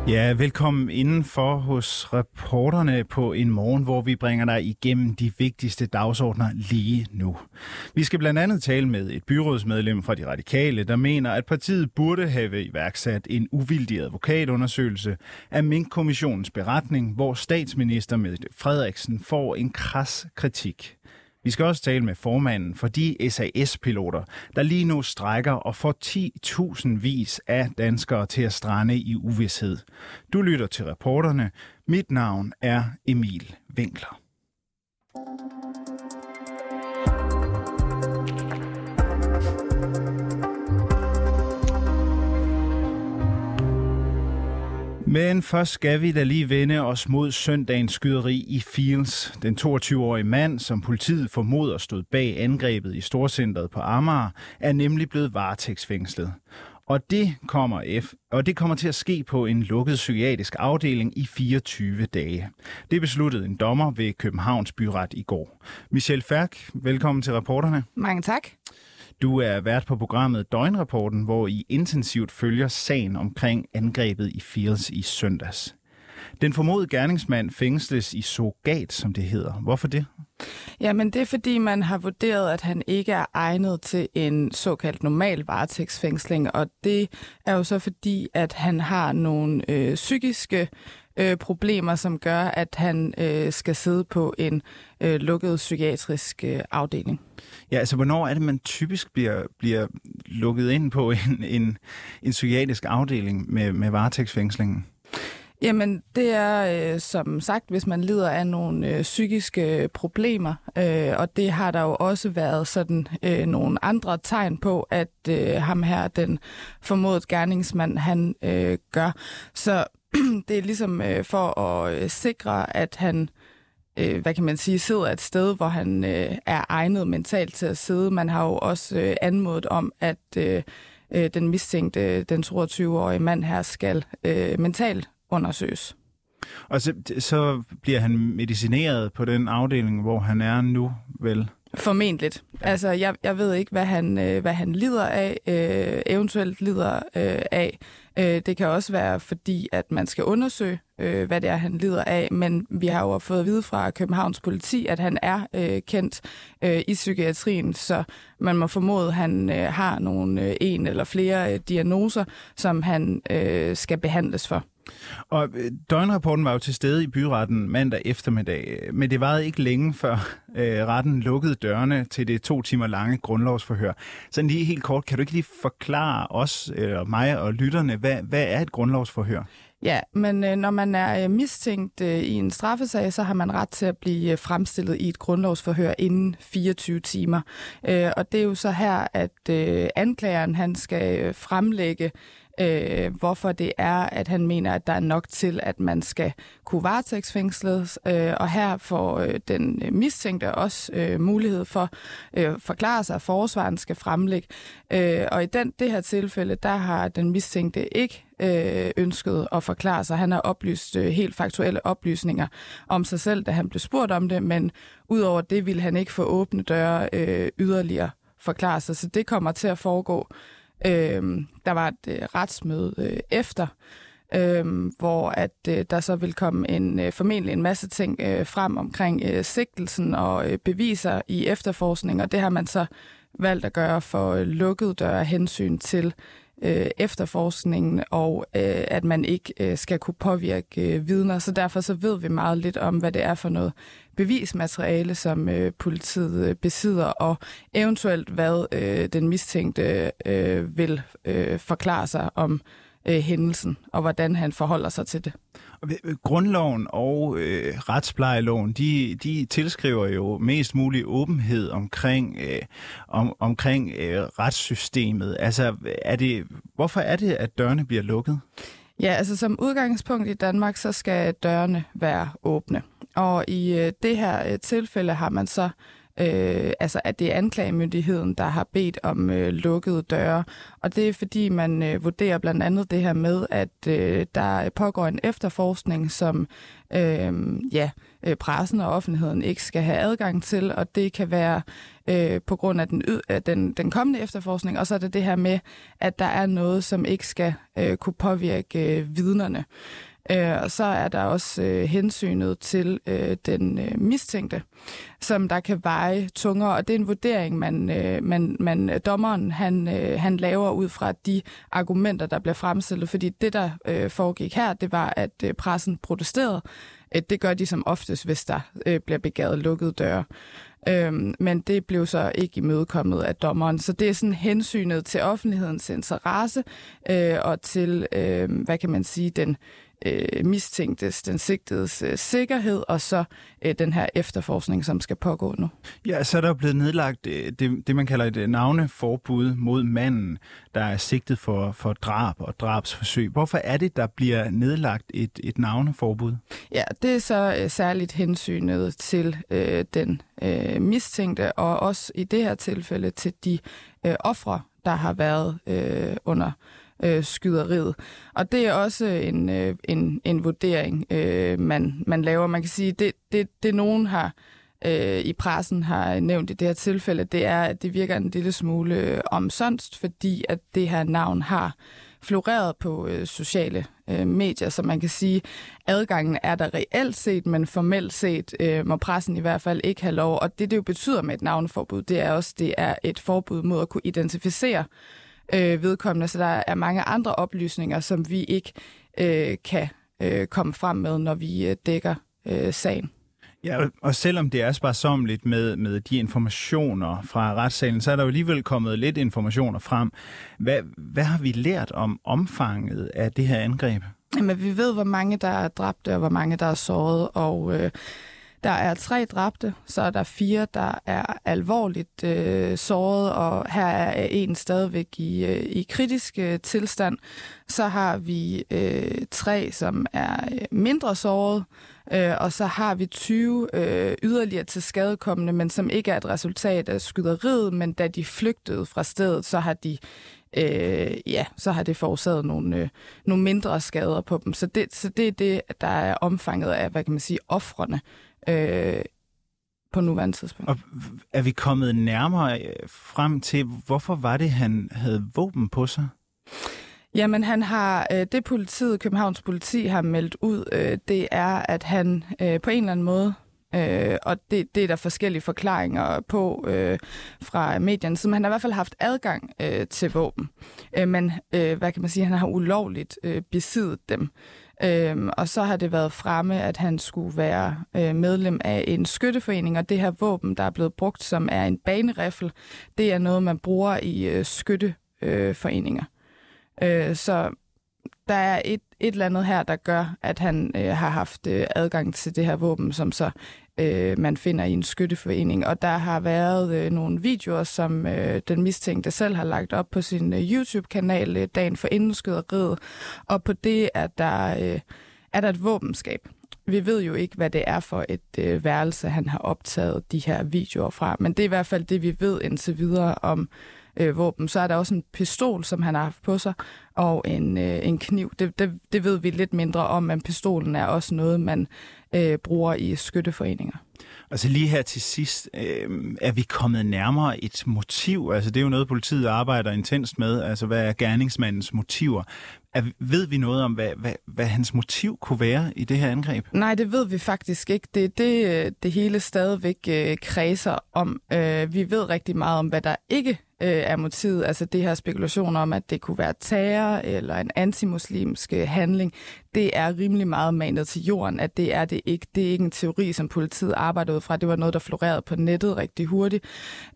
Ja, velkommen indenfor hos reporterne på en morgen, hvor vi bringer dig igennem de vigtigste dagsordner lige nu. Vi skal blandt andet tale med et byrådsmedlem fra De Radikale, der mener, at partiet burde have iværksat en uvildig advokatundersøgelse af Mink-kommissionens beretning, hvor statsminister Mette Frederiksen får en kras kritik. Vi skal også tale med formanden for de SAS-piloter, der lige nu strejker og får 10.000 vis af danskere til at strande i uvished. Du lytter til reporterne. Mit navn er Emil Winkler. Men først skal vi da lige vende os mod søndagens skyderi i Fields. Den 22-årige mand, som politiet formoder stod bag angrebet i Storcentret på Amager, er nemlig blevet varetægtsfængslet. Og det kommer til at ske på en lukket psykiatrisk afdeling i 24 dage. Det besluttede en dommer ved Københavns Byret i går. Michelle Færk, velkommen til reporterne. Mange tak. Du er vært på programmet Døgnrapporten, hvor I intensivt følger sagen omkring angrebet i Fields i søndags. Den formodede gerningsmand fængsles i surrogat, som det hedder. Hvorfor det? Jamen det er fordi, man har vurderet, at han ikke er egnet til en såkaldt normal varetægtsfængsling, og det er jo så fordi, at han har nogle psykiske problemer, som gør, at han skal sidde på en lukket psykiatrisk afdeling. Ja, altså hvornår er det, man typisk bliver lukket ind på en psykiatrisk afdeling med varetægtsfængslingen? Jamen, det er som sagt, hvis man lider af nogle psykiske problemer, og det har der jo også været sådan nogle andre tegn på, at ham her, den formodede gerningsmand, han gør. Så det er ligesom for at sikre, at han sidder et sted, hvor han er egnet mentalt til at sidde. Man har jo også anmodet om, at den mistænkte, den 22-årige mand her, skal mentalt undersøges. Og så bliver han medicineret på den afdeling, hvor han er nu, vel? Formentligt. Ja. Altså, jeg ved ikke, hvad han lider af, eventuelt lider af. Det kan også være, fordi at man skal undersøge, hvad det er, han lider af. Men vi har jo fået at vide fra Københavns politi, at han er kendt i psykiatrien, så man må formode, at han har nogle en eller flere diagnoser, som han skal behandles for. Og Døgnrapporten var jo til stede i byretten mandag eftermiddag, men det varede ikke længe før retten lukkede dørene til det 2 timer lange grundlovsforhør. Så lige helt kort, kan du ikke lige forklare os, mig og lytterne, hvad er et grundlovsforhør? Ja, men når man er mistænkt i en straffesag, så har man ret til at blive fremstillet i et grundlovsforhør inden 24 timer. Og det er jo så her, at anklageren han skal fremlægge, hvorfor det er, at han mener, at der er nok til, at man skal kunne varetægtsfængsles. Og her får den mistænkte også mulighed for at forklare sig, at forsvaren skal fremlægge. Og i det her tilfælde, der har den mistænkte ikke ønsket at forklare sig. Han har oplyst helt faktuelle oplysninger om sig selv, da han blev spurgt om det, men udover det ville han ikke få åbne døre yderligere forklare sig. Så det kommer til at foregå. Der var et retsmøde efter, hvor at der så vil komme formentlig en masse ting frem omkring sigtelsen og beviser i efterforskning, og det har man så valgt at gøre for lukkede døre hensyn til efterforskningen, og at man ikke skal kunne påvirke vidner. Så derfor så ved vi meget lidt om, hvad det er for noget bevismateriale, som politiet besidder, og eventuelt hvad den mistænkte vil forklare sig om hændelsen, og hvordan han forholder sig til det. Grundloven og retsplejeloven, de tilskriver jo mest mulig åbenhed omkring retssystemet. Altså, hvorfor er det, at dørene bliver lukket? Ja, altså som udgangspunkt i Danmark, så skal dørene være åbne. Og i det her tilfælde har man så at det er anklagemyndigheden, der har bedt om lukkede døre. Og det er fordi, man vurderer blandt andet det her med, at der pågår en efterforskning, som pressen og offentligheden ikke skal have adgang til, og det kan være på grund af den kommende efterforskning, og så er det her med, at der er noget, som ikke skal kunne påvirke vidnerne. Og så er der også hensynet til den mistænkte, som der kan veje tungere, og det er en vurdering, dommeren han laver ud fra de argumenter, der bliver fremstillet, fordi det, der foregik her, det var, at pressen protesterede. Det gør de som oftest, hvis der bliver begæret lukkede døre. Men det blev så ikke imødekommet af dommeren. Så det er sådan hensynet til offentlighedens interesse og til, hvad kan man sige, den mistænktes, den sigtedes sikkerhed, og så den her efterforskning, som skal pågå nu. Ja, så er der jo blevet nedlagt det man kalder et navneforbud mod manden, der er sigtet for drab og drabsforsøg. Hvorfor er det, der bliver nedlagt et navneforbud? Ja, det er så særligt hensynet til den mistænkte, og også i det her tilfælde til de ofre, der har været under skyderiet. Og det er også en vurdering, man laver. Man kan sige, det nogen har i pressen har nævnt i det her tilfælde, det er, at det virker en lille smule omsonst, fordi at det her navn har floreret på sociale medier, så man kan sige, adgangen er der reelt set, men formelt set må pressen i hvert fald ikke have lov. Og det jo betyder med et navneforbud, det er et forbud mod at kunne identificere vedkommende, så der er mange andre oplysninger, som vi ikke kan komme frem med, når vi dækker sagen. Ja, og selvom det er sparsommeligt med de informationer fra retssalen, så er der jo alligevel kommet lidt informationer frem. Hvad har vi lært om omfanget af det her angreb? Jamen, vi ved, hvor mange der er dræbte, og hvor mange der er såret, og der er 3 dræbte, så er der 4, der er alvorligt såret, og her er 1 stadigvæk i kritisk tilstand. Så har vi 3, som er mindre såret, og så har vi 20 yderligere til skadekommende, men som ikke er et resultat af skyderiet, men da de flygtede fra stedet, så har det forårsaget nogle mindre skader på dem. Så det er det, der er omfanget af, hvad kan man sige, ofrene på nuværende tidspunkt. Og er vi kommet nærmere frem til, hvorfor var det, han havde våben på sig? Jamen, han har Københavns politi har meldt ud, det er, at han på en eller anden måde, og det er der forskellige forklaringer på fra medierne, som han har i hvert fald haft adgang til våben. Men hvad kan man sige, han har ulovligt besiddet dem. Og så har det været fremme, at han skulle være medlem af en skytteforening, og det her våben, der er blevet brugt, som er en baneriffel, det er noget, man bruger i skytteforeninger. Så der er et eller andet her, der gør, at han har haft adgang til det her våben, som så man finder i en skytteforening. Og der har været nogle videoer, som den mistænkte selv har lagt op på sin YouTube-kanal dagen for inden skyderiet. Og på det er der et våbenskab. Vi ved jo ikke, hvad det er for et værelse, han har optaget de her videoer fra. Men det er i hvert fald det, vi ved indtil videre om våben. Så er der også en pistol, som han har haft på sig, og en kniv. Det ved vi lidt mindre om, men pistolen er også noget, man bruger i skytteforeninger. Altså lige her til sidst, er vi kommet nærmere et motiv? Altså det er jo noget, politiet arbejder intenst med. Altså hvad er gerningsmandens motiver? Ved vi noget om, hvad hans motiv kunne være i det her angreb? Nej, det ved vi faktisk ikke. Det hele stadigvæk kredser om. Vi ved rigtig meget om, hvad der ikke er motivet. Altså det her spekulationer om, at det kunne være terror eller en antimuslimsk handling. Det er rimelig meget manet til jorden, at det er det ikke. Det er ikke en teori, som politiet arbejder ud fra. Det var noget, der florerede på nettet rigtig hurtigt.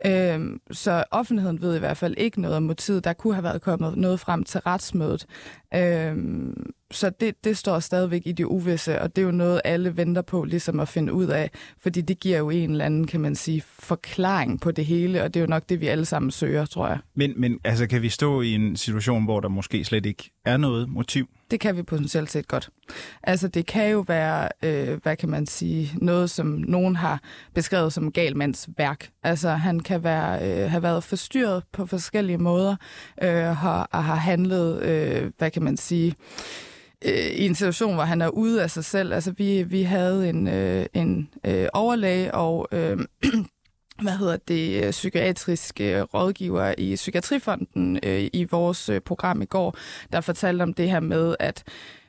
Så offentligheden ved i hvert fald ikke noget om motivet. Der kunne have været kommet noget frem til retsmødet. Så det står stadigvæk i det uvisse, og det er jo noget, alle venter på ligesom at finde ud af, fordi det giver jo en eller anden, kan man sige, forklaring på det hele, og det er jo nok det, vi alle sammen søger, tror jeg. Men altså, kan vi stå i en situation, hvor der måske slet ikke er noget motiv? Det kan vi potentielt set godt. Altså, det kan jo være, hvad kan man sige, noget, som nogen har beskrevet som galmands værk. Altså, han kan have været forstyrret på forskellige måder, har handlet, hvad kan man sige, i en situation, hvor han er ude af sig selv. Altså, vi havde en overlæge, og psykiatriske rådgiver i Psykiatrifonden i vores program i går, der fortalte om det her med, at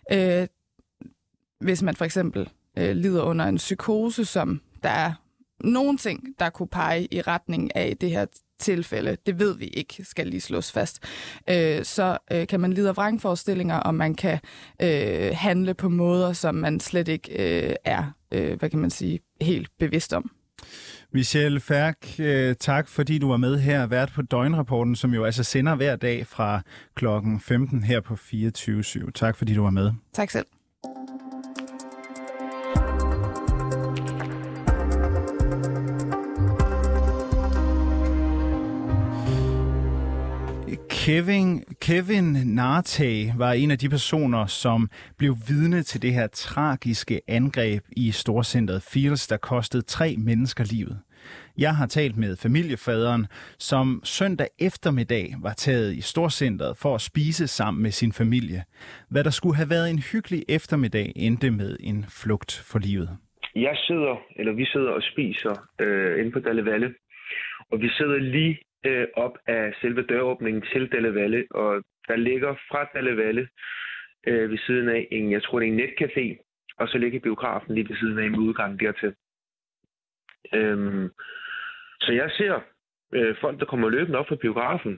hvis man for eksempel lider under en psykose, som der er nogle ting, der kunne pege i retning af det her tilfælde, det ved vi ikke, skal lige slås fast, så kan man lide af vrangforestillinger, og man kan handle på måder, som man slet ikke er, helt bevidst om. Michelle Færk, tak fordi du var med her, vært på Døgnrapporten, som jo altså sender hver dag fra klokken 15 her på 24/7. Tak fordi du var med. Tak selv. Kevin Nartey var en af de personer, som blev vidne til det her tragiske angreb i storcentret Fields, der kostede 3 mennesker livet. Jeg har talt med familiefaderen, som søndag eftermiddag var taget i storcentret for at spise sammen med sin familie. Hvad der skulle have været en hyggelig eftermiddag, endte med en flugt for livet. Vi sidder og spiser inde på Dalle Valle, og vi sidder lige op af selve døråbningen til Dalle Valle, og der ligger fra Dalle Valle ved siden af jeg tror det er en netcafé, og så ligger biografen lige ved siden af med udgang dertil. Så jeg ser folk, der kommer løbende op fra biografen.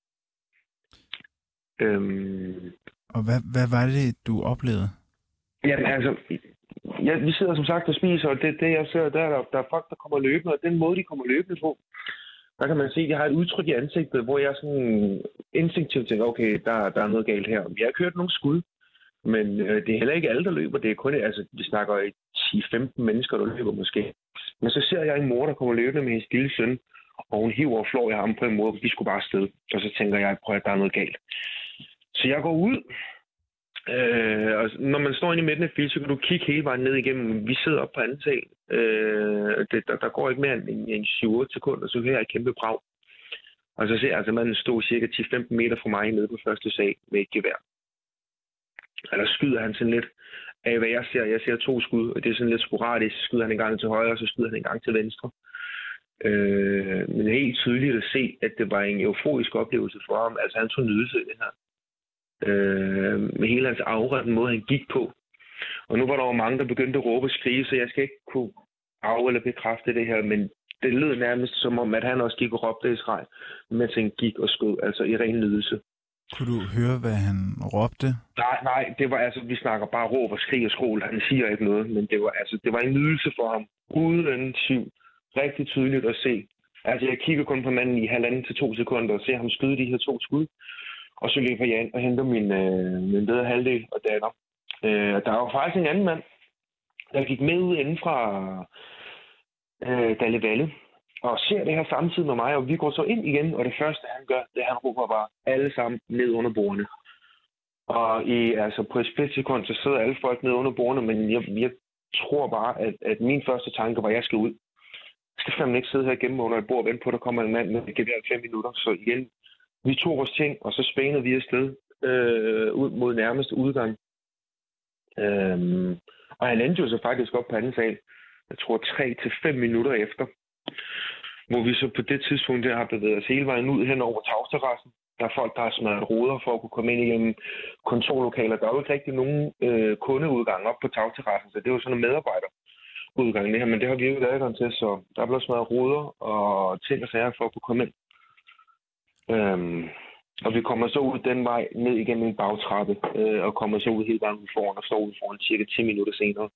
Og hvad var det, du oplevede? Jamen altså, vi sidder som sagt og spiser, og det jeg ser, der er folk, der kommer løbende, og den måde, de kommer løbende på, der kan man se, at jeg har et udtryk i ansigtet, hvor jeg sådan instinktivt tænker, okay, der er noget galt her. Jeg har ikke hørt nogen skud, men det er heller ikke alle, der løber. Det er kun, vi snakker 10-15 mennesker, der løber måske. Men så ser jeg en mor, der kommer løbende med hendes lille søn, og hun hiver og flår i ham på en måde, de skulle bare afsted. Og så tænker jeg, prøv at der er noget galt. Så jeg går ud, og når man står inde i midten af Fields, så kan du kigge hele vejen ned igennem. Vi sidder op på anden sal. Der går ikke mere end 7-8 sekunder, så hører jeg et kæmpe brag. Og så ser jeg manden stå cirka 10-15 meter fra mig nede på første sal med et gevær. Og der skyder han sådan lidt af, hvad jeg ser. Jeg ser 2 skud, og det er sådan lidt sporadisk. Så skyder han en gang til højre, og så skyder han en gang til venstre. Men det er helt tydeligt at se, at det var en euforisk oplevelse for ham. Altså han tog nydelse i det her. Med hele hans aura, den måde han gik på. Og nu var der jo mange, der begyndte at råbe og skrige, så jeg skal ikke kunne af- eller bekræfte det her, men det lød nærmest som om, at han også gik og råbte i skræk, mens han gik og skød, altså i ren nydelse. Kunne du høre, hvad han råbte? Nej, det var vi snakker bare råb og skrig og skrål. Han siger ikke noget, men det var en nydelse for ham. Uden tvivl. Rigtig tydeligt at se. Altså jeg kigger kun på manden i 1,5 til 2 sekunder og ser ham skyde de her 2 skud. Og så løber jeg ind og henter min bedre halvdel og datter. Der var faktisk en anden mand, der gik med ud inden fra Dalle Valle og ser det her samtidig med mig, og vi går så ind igen, og det første han gør, det han råber bare alle sammen ned under bordene. Og på et splitsekund, så sidder alle folk ned under bordene, men jeg tror bare, at min første tanke var, at jeg skal ud. Jeg skal fandme ikke sidde her gemme under et bord og vente på, at der kommer en mand med et gevær 5 minutter. Så igen, vi tog vores ting, og så spænede vi afsted ud mod nærmeste udgang. Og han endte jo så faktisk op på anden sal, jeg tror 3-5 minutter efter, hvor vi så på det tidspunkt der har bevæget os hele vejen ud hen over tagterrassen. Der er folk, der har smadret ruder for at kunne komme ind igennem kontorlokaler. Der er jo ikke rigtig nogen kundeudgang op på tagterrassen, så det er jo sådan en medarbejderudgang det her, men det har vi jo ikke adgang til, så der er blevet smadret ruder og ting og sager for at kunne komme ind. Og vi kommer så ud den vej ned igennem en bagtrappe, og kommer så ud hele vejen ud foran og står ud foran cirka 10 minutter senere.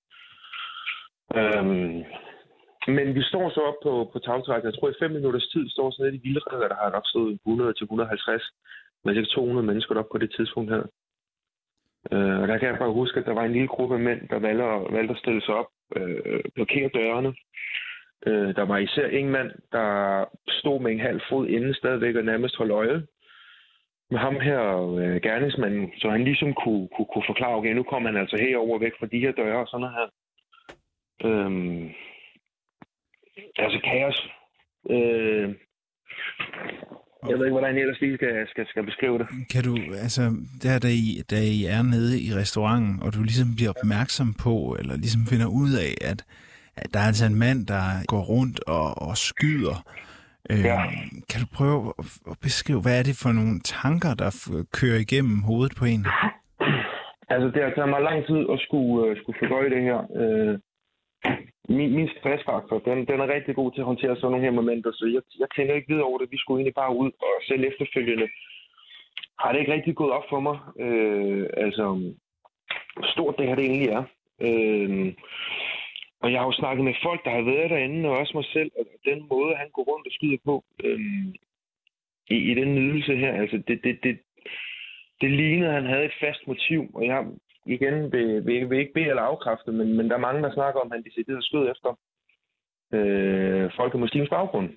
Men vi står så op på tagterrassen. Jeg tror i 5 minutters tid står sådan lidt i vildreder, der har nok stået 100-150, men ikke 200 mennesker op på det tidspunkt her. Og der kan jeg bare huske, at der var en lille gruppe af mænd, der valgte at stille sig op, blokere dørene. Der var især en mand, der stod med en halv fod inden stadigvæk og nærmest holdt øje med ham her, gerningsmanden, så han ligesom kunne forklare, okay, nu kommer han altså herover væk fra de her døre og sådan noget her. Altså kaos. Jeg ved ikke, hvordan jeg ellers lige skal beskrive det. Kan du, altså, da I er nede i restauranten, og du ligesom bliver opmærksom på, eller ligesom finder ud af, Der er altså en mand, der går rundt og skyder. Ja. Kan du prøve at beskrive, hvad er det for nogle tanker, der kører igennem hovedet på en? Altså, det har taget mig lang tid at skulle fordøje det her. Min stressfaktor, den er rigtig god til at håndtere sådan nogle her momenter, så jeg tænker ikke videre over det. Vi skulle egentlig bare ud, og selv efterfølgende har det ikke rigtig gået op for mig. Altså, hvor stort det her det egentlig er. Og jeg har jo snakket med folk, der har været derinde, og også mig selv, og den måde, han går rundt og skyder på i den nydelse her, altså det lignede, at han havde et fast motiv, og jeg igen vil ikke bede eller afkræfte, men der er mange, der snakker om, at han decideret skød efter folk af muslimsk baggrund.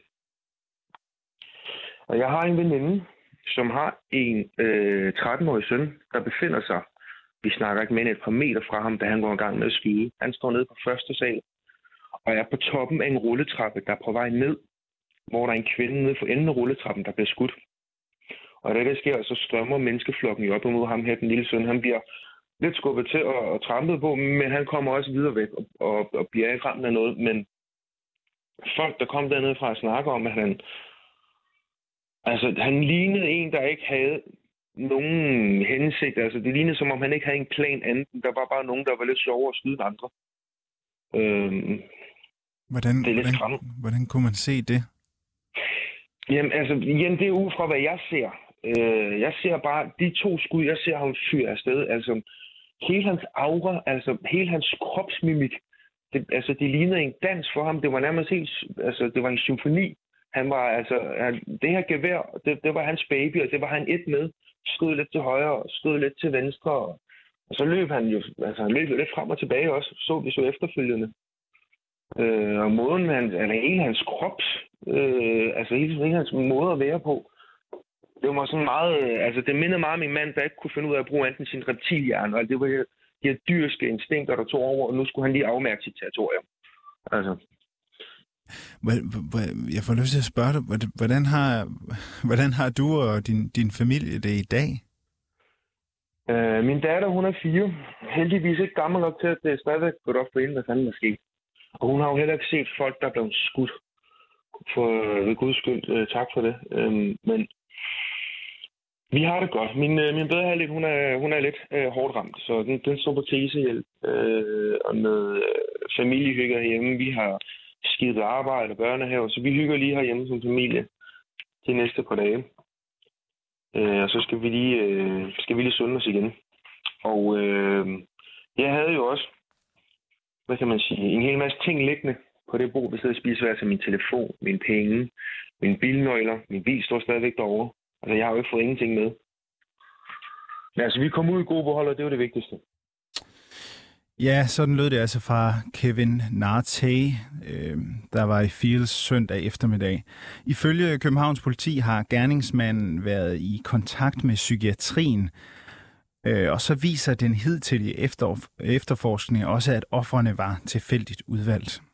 Og jeg har en veninde, som har en 13-årig søn, der befinder sig, vi snakker ikke mere end et par meter fra ham, da han går i gang med at skyde. Han står nede på første sal, og er på toppen af en rulletrappe, der er på vej ned, hvor der er en kvinde nede for enden af rulletrappen, der bliver skudt. Og da det sker, så strømmer menneskeflokken jo op imod ham her, den lille søn. Han bliver lidt skubbet til og trampet på, men han kommer også videre væk og bliver ikke ramt af noget. Men folk, der kom dernede fra at snakke om, at han lignede en, der ikke havde nogen hensigt. Altså, det lignede, som om han ikke havde en plan anden. Der var bare nogen, der var lidt sjovere at skyde end andre. Hvordan kunne man se det? Jamen, det er ud fra, hvad jeg ser. Jeg ser bare de 2 skud, jeg ser ham fyre afsted. Altså, hele hans aura, altså hele hans kropsmimik, det lignede en dans for ham. Det var nærmest helt, det var en symfoni. Han var, det her gevær, det var hans baby, og det var han et med. Skød lidt til højre, skød lidt til venstre, og så løb han jo, han løb lidt frem og tilbage også, så vi så efterfølgende. Og måden, hele hans krops, hele hans måde at være på, det var sådan meget, det mindede meget om en mand, der ikke kunne finde ud af at bruge enten sin reptilhjerne, og det var de her dyrske instinkter, der tog over, og nu skulle han lige afmærke sit territorium. Altså. Jeg får lyst til at spørge dig, hvordan har du og din familie det i dag? Min datter, hun er 4. Heldigvis ikke gammel nok til, at det stadigvæk går op for hende, hvad fanden der sker. Og hun har jo heller ikke set folk, der er blevet skudt. For ved guds skyld, tak for det. Men vi har det godt. Min bedre halvdel, hun er lidt hårdt ramt, så den står på krisehjælp og noget familiehygge herhjemme. Vi har skidt arbejde og børnehave, så vi hygger lige herhjemme som familie de næste par dage. Og så skal vi lige sunde os igen. Og jeg havde jo også, hvad kan man sige, en hel masse ting liggende på det bord, vi sidder og spiser, altså min telefon, mine penge, mine bilnøgler, min bil står stadigvæk derovre. Altså, jeg har jo ikke fået ingenting med. Men altså, vi kom ud i gode behold, og det var det vigtigste. Ja, sådan lød det altså fra Kevin Nartey, der var i Fields søndag eftermiddag. Ifølge Københavns politi har gerningsmanden været i kontakt med psykiatrien, og så viser den hidtidige efterforskning også, at ofrene var tilfældigt udvalgt.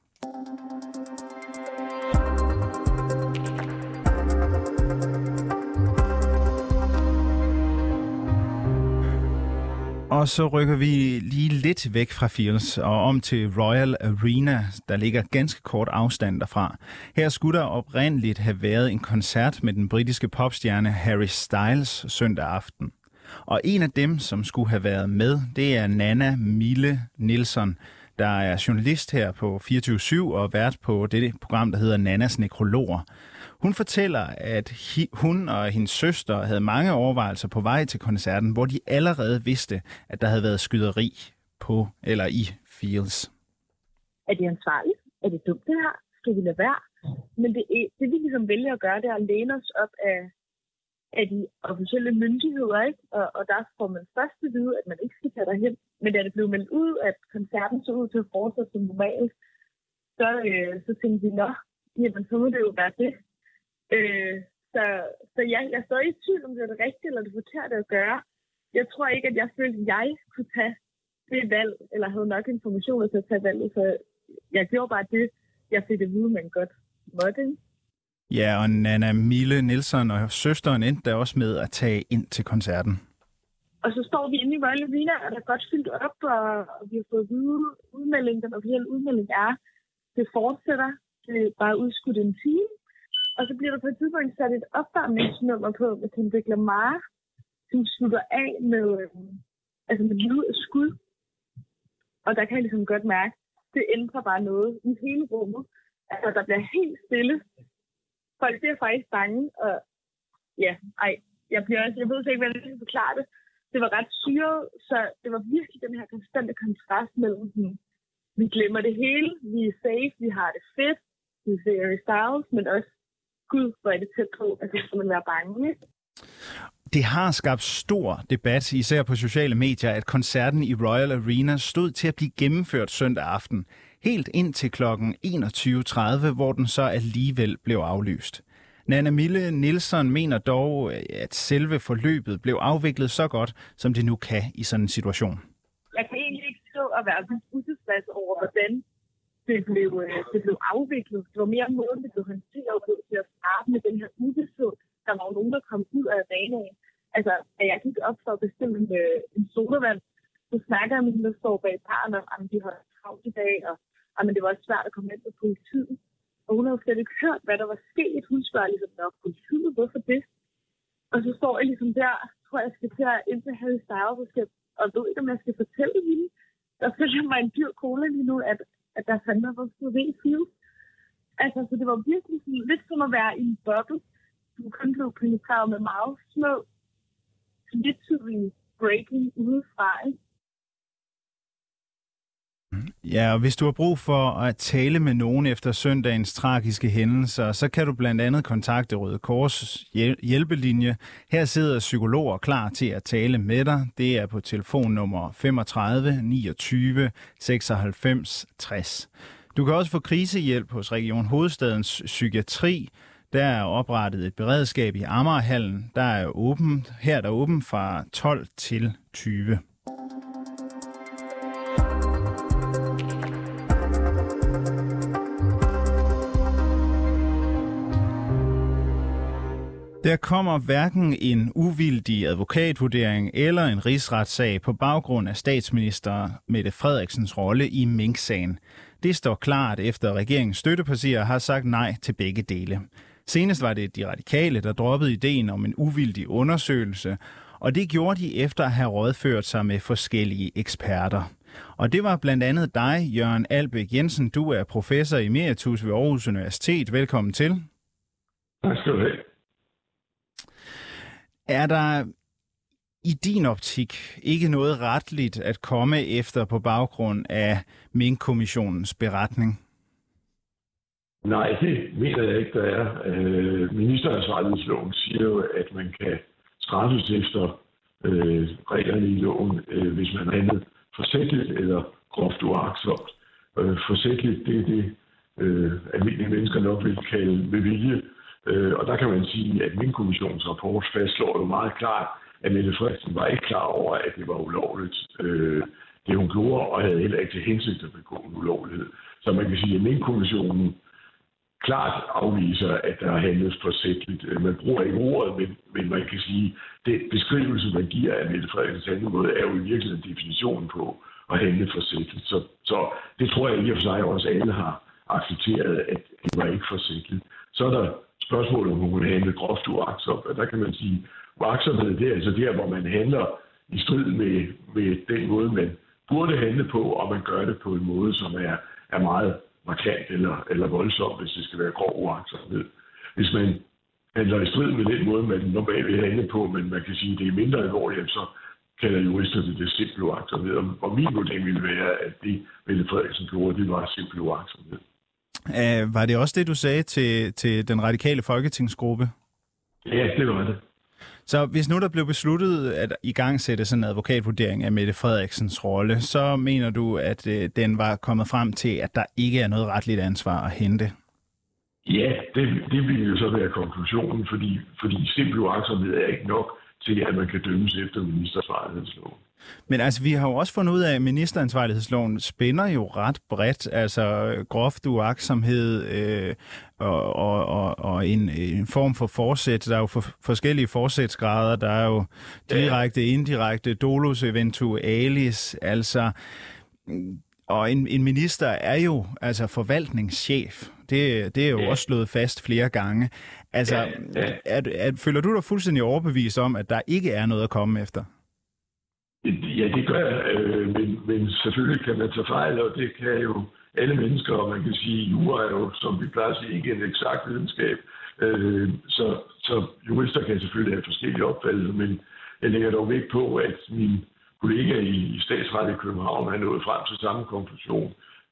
Og så rykker vi lige lidt væk fra Fields og om til Royal Arena, der ligger ganske kort afstand derfra. Her skulle der oprindeligt have været en koncert med den britiske popstjerne Harry Styles søndag aften. Og en af dem, som skulle have været med, det er Nanna Mille Nielsen, der er journalist her på 24/7 og vært på det program, der hedder Nannas Nekrologer. Hun fortæller, at hun og hendes søster havde mange overvejelser på vej til koncerten, hvor de allerede vidste, at der havde været skyderi på eller i Fields. Er det ansvarligt? Er det dumt det her? Skal vi lade være? Men det vi ligesom vælger at gøre, det er at læne os op af de officielle myndigheder, ikke? Og der får man først at vide, at man ikke skal tage derhen. Men da det blev meldt ud, at koncerten så ud til at fortsætte som normalt, så tænkte vi, jamen så må det jo være det. Så ja, jeg er stadig i tvivl, om det er det rigtige eller det forkerte at gøre. Jeg tror ikke, at jeg følte, at jeg kunne tage det valg, eller havde nok informationer til at tage valget, så jeg gjorde bare det, jeg fik at vide, man godt måtte. Ja, og Nanna Mille Nielsen og søsteren endte der også med at tage ind til koncerten. Og så står vi inde i Royal Arena, og der er godt fyldt op, og vi har fået udmelding. Den officielle udmelding er, det fortsætter. Det er bare udskudt en time. Og så bliver der på et tidspunkt sat et opvarmningsnummer på med Kendrick Lamar, som slutter af med lyd af skud. Og der kan jeg ligesom godt mærke, det ændrer bare noget i hele rummet. Altså, der bliver helt stille. Folk bliver faktisk bange, og ja, jeg ved ikke, hvordan jeg skal forklare det. Det var ret syret, så det var virkelig den her konstante kontrast mellem vi glemmer det hele, vi er safe, vi har det fedt, vi er Harry Styles, men også, gud, hvor er det tæt på, at det skal man være bange, ikke? Det har skabt stor debat, især på sociale medier, at koncerten i Royal Arena stod til at blive gennemført søndag aften, helt ind til kl. 21.30, hvor den så alligevel blev aflyst. Nanna Mille Nielsen mener dog, at selve forløbet blev afviklet så godt, som det nu kan i sådan en situation. Jeg kan egentlig ikke stå og være utilfreds over, hvordan det blev afviklet. Det var mere måden, det blev håndteret på til at starte med den her uvidshed. Der var jo nogen, der kom ud af arenaen. Altså, da jeg gik op for at bestille en sodavand, så snakker jeg med dem, der står bag paren om, at de har travlt i dag, og at det var svært at komme ind på politiet. Og hun havde slet ikke hørt, hvad der var sket. Hun spørger ligesom, der var politiet, hvorfor det? Og så står jeg ligesom der, tror jeg skal til at ind til Harry Styles, og ved ikke, om jeg skal fortælle hende. Der følger mig en dyr cola lige nu, at der fandme var sådan noget feel. Altså, så det var virkelig sådan, lidt som at være i en boble. Du kun blev penetreret med meget små, lidt breaking udefra, ikke? Ja, og hvis du har brug for at tale med nogen efter søndagens tragiske hændelser, så kan du blandt andet kontakte Røde Kors hjælpelinje. Her sidder psykologer klar til at tale med dig. Det er på telefonnummer 35 29 96 60. Du kan også få krisehjælp hos Region Hovedstadens Psykiatri. Der er oprettet et beredskab i Amagerhallen. Der er åbent. Her er der åbent fra 12 til 20. Der kommer hverken en uvildig advokatvurdering eller en rigsretssag på baggrund af statsminister Mette Frederiksens rolle i Mink-sagen. Det står klart efter regeringens støttepartier har sagt nej til begge dele. Senest var det de radikale, der droppede ideen om en uvildig undersøgelse, og det gjorde de efter at have rådført sig med forskellige eksperter. Og det var blandt andet dig, Jørgen Albæk Jensen. Du er professor emeritus ved Aarhus Universitet. Velkommen til. Tak skal du have. Er der i din optik ikke noget retligt at komme efter på baggrund af Mink-kommissionens beretning? Nej, det mener jeg ikke, der er. Ministeransvarlighedsloven siger jo, at man kan straffes efter reglerne i loven, hvis man handler forsætligt eller groft uagtsomt. Forsætligt, det er det, almindelige mennesker nok vil kalde med vilje. Og der kan man sige, at Mink-kommissionens rapport fastslår jo meget klart, at Mette Frederiksen var ikke klar over, at det var ulovligt, det hun gjorde, og havde heller ikke til hensigt at begå en ulovlighed. Så man kan sige, at Mink-kommissionen klart afviser, at der er handlet forsætligt. Man bruger ikke ordet, men man kan sige, at den beskrivelse, man giver af Mette Frederiksens handlemåde, er jo i virkeligheden definitionen på at handle forsætligt. Så det tror jeg i og for sig også alle har accepteret, at det var ikke forsætligt. Så er der spørgsmålet, om hun handler groft uagtsomt, og der kan man sige, uagtsomhed, det er altså der, hvor man handler i strid med den måde, man burde handle på, og man gør det på en måde, som er meget markant eller voldsom, hvis det skal være grov uagtsomhed. Hvis man handler i strid med den måde, man normalt vil handle på, men man kan sige, at det er mindre alvorligt, så kalder juristerne det simpel uagtsomhed. Og min vurdering ville være, at det Mette Frederiksen gjorde, det var simpel uagtsomhed. Var det også det, du sagde til den radikale folketingsgruppe? Ja, det var det. Så hvis nu der blev besluttet at igangsætte sådan en advokatvurdering af Mette Frederiksens rolle, så mener du, at den var kommet frem til, at der ikke er noget retligt ansvar at hente? Ja, det ville jo så være konklusionen, fordi simpel uagtsomhed er ikke nok til, at man kan dømmes efter ministeransvarlighedsloven. Men altså, vi har jo også fundet ud af, at ministeransvarlighedsloven spænder jo ret bredt, altså groft uagtsomhed og en form for forsæt. Der er jo forskellige forsætsgrader, der er jo direkte, indirekte, dolus eventualis, altså. Og en minister er jo altså forvaltningschef. Det er jo også slået fast flere gange. Altså, føler du dig fuldstændig overbevist om, at der ikke er noget at komme efter? Ja, det gør jeg, men selvfølgelig kan man tage fejl, og det kan jo alle mennesker, og man kan sige, at jura er jo, som vi plejer at sige, ikke en eksakt videnskab. Så jurister kan selvfølgelig have forskellige opfattelser, men jeg lægger dog vægt på, at min kollega i Statsret i København er nået frem til samme konklusion,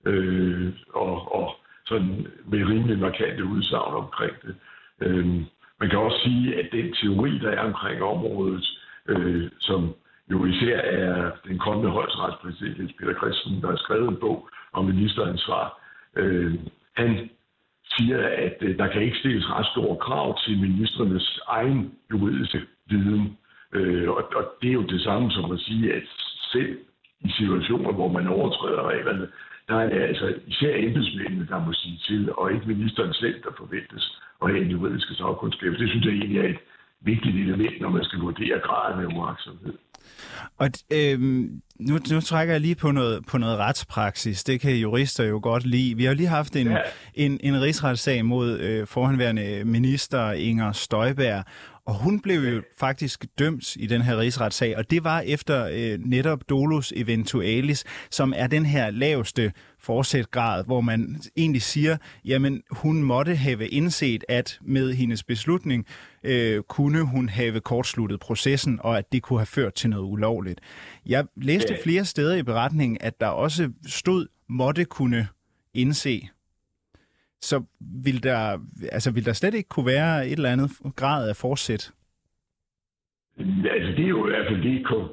og sådan med rimelig markante udsagn omkring det. Man kan også sige, at den teori, der er omkring området, som jo især er den kommende højesteretsprpræsident Peter Christensen, der har skrevet en bog om ministeransvar, han siger, at der kan ikke stilles ret store krav til ministrenes egen juridiske viden. Og det er jo det samme som at sige, at selv i situationer, hvor man overtræder reglerne, der er det altså især embedsmændene, der må sige til, og ikke ministeren selv, der forventes at have en juridisk sagkundskab. Det synes jeg egentlig er et vigtigt element, når man skal vurdere graden af uagtsomhed. Og nu trækker jeg lige på noget retspraksis. Det kan jurister jo godt lide. Vi har jo lige haft en rigsretssag mod forhenværende minister Inger Støjberg, og hun blev jo faktisk dømt i den her rigsretssag, og det var efter netop dolus eventualis, som er den her laveste forsætgrad, hvor man egentlig siger, jamen hun måtte have indset, at med hendes beslutning kunne hun have kortsluttet processen, og at det kunne have ført til noget ulovligt. Jeg læste flere steder i beretningen, at der også stod, måtte kunne indse. Så vil der slet ikke kunne være et eller andet grad af forsæt? Altså det er jo i hvert fald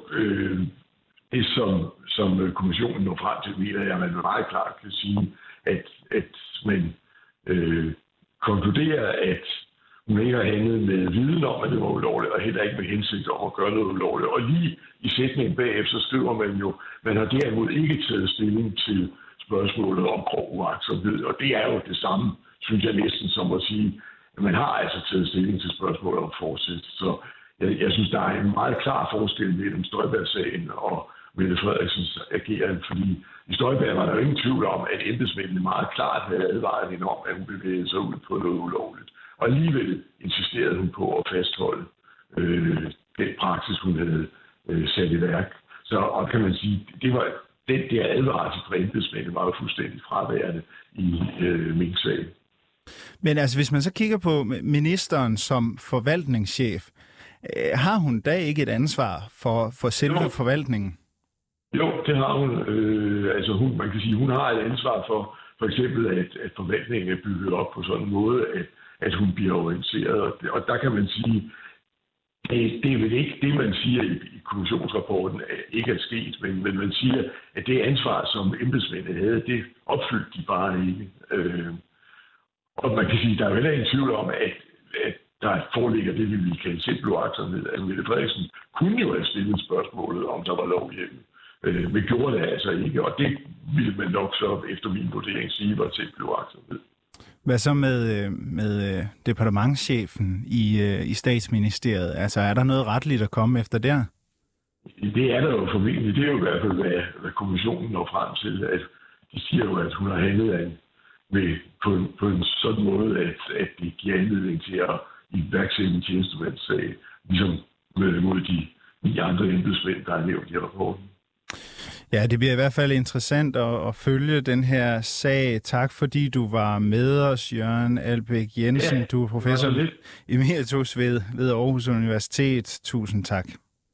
det, som kommissionen når frem til, mener jeg, at man meget klart kan sige, at man konkluderer, at hun ikke har handlet med viden om, at det var ulovligt, og heller ikke med hensigt om at gøre noget ulovligt. Og lige i sætningen bagefter skriver man jo, man har derimod ikke taget stilling til spørgsmålet om grov uagtsomhed, og det er jo det samme, synes jeg næsten, som at sige, at man har altså taget stilling til spørgsmålet om forsæt. Så jeg synes, der er en meget klar forskel mellem Støjberg-sagen og Mette Frederiksens ageren, fordi i Støjberg var der jo ingen tvivl om, at embedsmændene meget klart havde advaret hende om, at hun bevægede sig ud på noget ulovligt. Og alligevel insisterede hun på at fastholde den praksis, hun havde sat i værk. Så og kan man sige, det var den der advarsel fra embedsmændene var jo fuldstændig fraværende i Mink-sagen. Men altså, hvis man så kigger på ministeren som forvaltningschef, har hun da ikke et ansvar for selve forvaltningen? Jo, det har hun. Man kan sige, hun har et ansvar for eksempel, at forvaltningen er bygget op på sådan en måde, at hun bliver orienteret. Og der kan man sige, det er vel ikke det, man siger i kommissionsrapporten, ikke er sket, men man siger, at det ansvar, som embedsmændene havde, det opfyldte de bare ikke. Og man kan sige, der er jo heller ingen tvivl om, at der foreligger det, vi kalde simpel uagtsomhed. Altså Mette Frederiksen kunne jo have stillet spørgsmålet, om der var lovhjemmel, men gjorde det altså ikke, og det ville man nok så efter min vurdering sige var simpel uagtsomhed. Hvad så med departementschefen i Statsministeriet? Altså, er der noget retligt at komme efter der? Det er der jo formentlig. Det er jo i hvert fald, hvad kommissionen når frem til. At de siger jo, at hun har handlet på en sådan måde, at det giver anledning til at iværksætte en tjenestemandssag, ligesom mod de 9 andre embedsmænd, der er nævnt i rapporten. Ja, det bliver i hvert fald interessant at følge den her sag. Tak fordi du var med os, Jørgen Albæk Jensen. Ja, du er professor emeritus ved Aarhus Universitet. Tusind tak.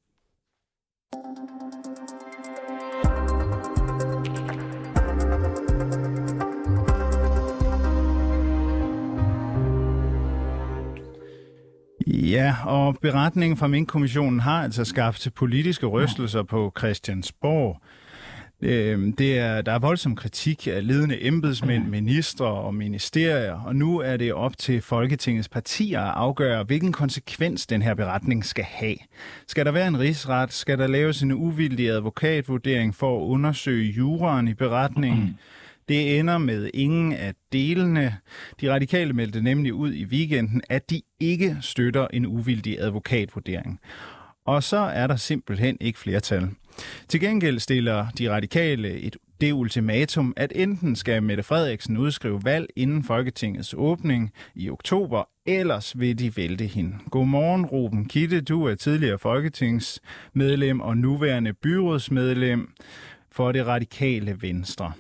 Ja, og beretningen fra Mink-kommissionen har altså skabt politiske rystelser på Christiansborg. Der er voldsom kritik af ledende embedsmænd, ministre og ministerier, og nu er det op til Folketingets partier at afgøre, hvilken konsekvens den her beretning skal have. Skal der være en rigsret? Skal der laves en uvildig advokatvurdering for at undersøge juraen i beretningen? Det ender med ingen af delene. De radikale meldte nemlig ud i weekenden, at de ikke støtter en uvildig advokatvurdering. Og så er der simpelthen ikke flertal. Til gengæld stiller de radikale et det ultimatum, at enten skal Mette Frederiksen udskrive valg inden Folketingets åbning i oktober, ellers vil de vælte hende. Godmorgen, Ruben Kidde. Du er tidligere folketingsmedlem og nuværende byrådsmedlem for det radikale Venstre.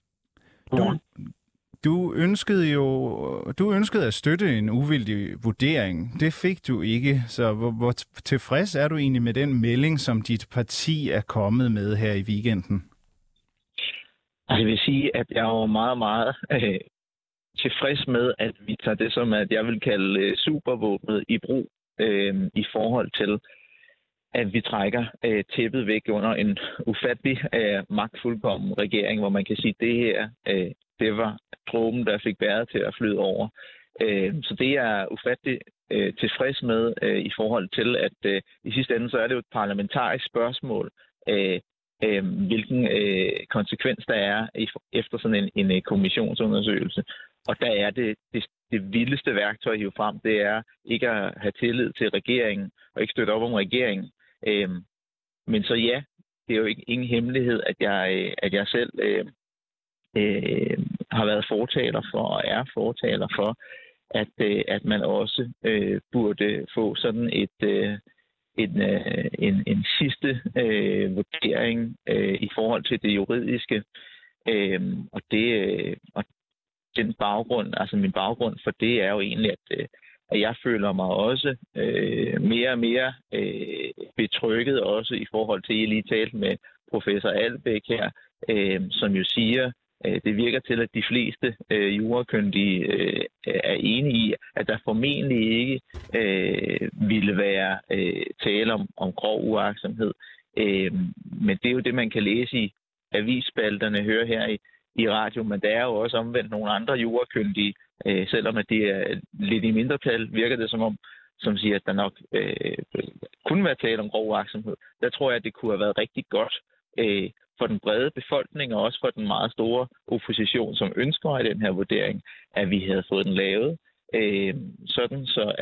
Du ønskede at støtte en uvildig vurdering. Det fik du ikke, så hvor tilfreds er du egentlig med den melding, som dit parti er kommet med her i weekenden? Jeg vil sige, at jeg er meget, meget tilfreds med, at vi tager det, som at jeg vil kalde supervåbnet i brug i forhold til, at vi trækker tæppet væk under en ufattelig magtfuldkommen regering, hvor man kan sige, at det her det var dråben, der fik bæret til at flyde over. Så det er ufattelig tilfreds med i forhold til, at i sidste ende så er det jo et parlamentarisk spørgsmål, hvilken konsekvens der er efter sådan en kommissionsundersøgelse. Og der er det vildeste værktøj at hive frem, det er ikke at have tillid til regeringen og ikke støtte op om regeringen. Men så ja, det er jo ingen hemmelighed, at jeg selv har været fortaler for og er fortaler for, at man også burde få sådan en sidste vurdering i forhold til det juridiske. Og den baggrund, altså min baggrund for det er jo egentlig, at jeg føler mig også mere og mere betrygget også i forhold til, at jeg lige talte med professor Albæk her, som jo siger, det virker til, at de fleste jurakyndige er enige i, at der formentlig ikke ville være tale om grov uagtsomhed. Men det er jo det, man kan læse i avisspalterne, høre her i radio, men der er jo også omvendt nogle andre jurakyndige, selvom at det er lidt i mindretal, virker det som siger, at der nok kunne være tale om grov uagtsomhed. Der tror jeg, at det kunne have været rigtig godt for den brede befolkning, og også for den meget store opposition, som ønsker i den her vurdering, at vi havde fået den lavet, sådan så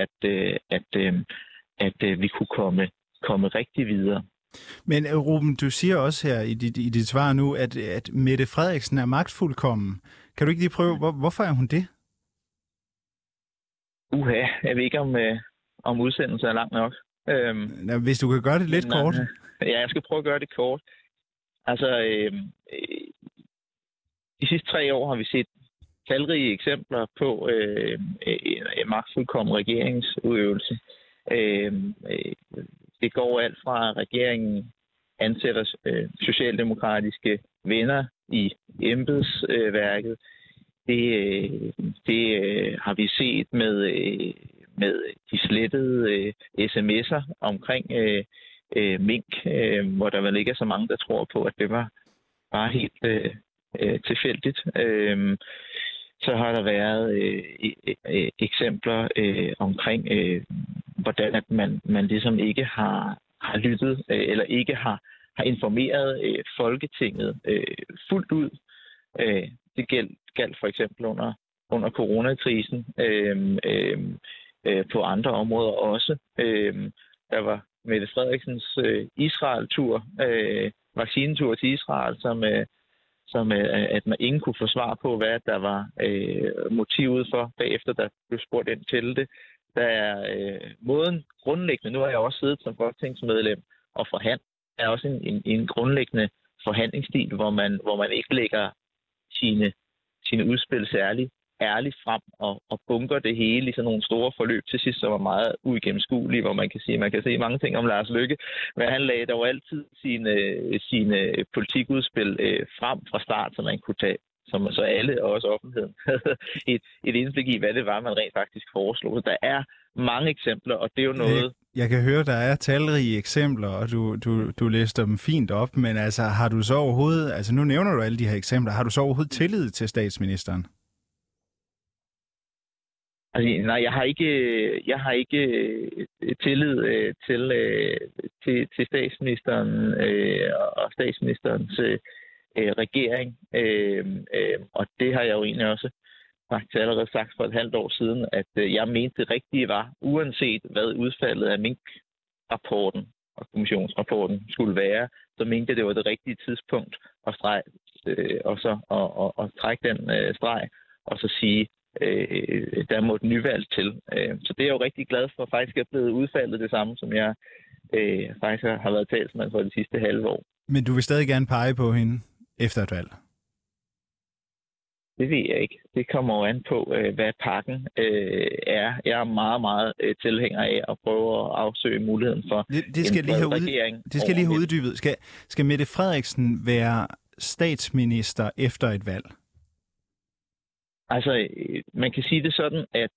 at vi kunne komme rigtig videre. Men Ruben, du siger også her i dit svar nu, at Mette Frederiksen er magtfuldkommen. Kan du ikke lige prøve, hvorfor er hun det? Jeg ved ikke, om udsendelsen er lang nok. Hvis du kan gøre det lidt kort. Ja, jeg skal prøve at gøre det kort. Altså, de sidste 3 år har vi set talrige eksempler på en magtfuldkommen regeringsudøvelse. Det går alt fra, at regeringen ansætter socialdemokratiske venner i embedsværket. Det har vi set med de slettede sms'er omkring mink, hvor der vel ikke er så mange, der tror på, at det var bare helt tilfældigt. Så har der været eksempler omkring, hvordan at man ligesom ikke har lyttet, eller ikke har informeret Folketinget fuldt ud. Det galt for eksempel under coronakrisen, på andre områder også. Der var Mette Frederiksens Israel-tur, vaccinetur til Israel, som at man ingen kunne få svar på, hvad der var motivet for, bagefter der blev spurgt ind til det. Der er måden grundlæggende, nu har jeg også siddet som folketingsmedlem og forhandlet, er også en grundlæggende forhandlingsstil, hvor man ikke lægger sine udspil særligt ærligt frem og bunker det hele i sådan nogle store forløb til sidst, som var meget uigennemskuelige, hvor man kan se mange ting om Lars Løkke, men han lagde dog altid sine politikudspil frem fra start, så man kunne tage, som så alle og også offentligheden havde et indblik i, hvad det var, man rent faktisk foreslog. Så der er mange eksempler, og det er jo noget... Jeg kan høre, der er talrige eksempler, og du læste dem fint op, men altså har du så overhovedet, altså nu nævner du alle de her eksempler, har du så overhovedet tillid til statsministeren? Altså, nej, jeg har ikke tillid til statsministeren og statsministerens regering, og det har jeg jo egentlig også faktisk allerede sagt for et halvt år siden, at jeg mente det rigtige var, uanset hvad udfaldet af mink-rapporten og kommissionsrapporten skulle være, så mente jeg, det var det rigtige tidspunkt at og så og trække den streg, og så sige, der må et nyvalg til. Så det er jeg jo rigtig glad for, faktisk er blevet udfaldet det samme, som jeg faktisk har været talsmand for de sidste halve år. Men du vil stadig gerne pege på hende efter et valg? Det ved jeg ikke. Det kommer jo an på, hvad pakken er. Jeg er meget, meget tilhænger af at prøve at afsøge muligheden for det skal en bred regering. Det skal lige have uddybet. Skal Mette Frederiksen være statsminister efter et valg? Altså, man kan sige det sådan, at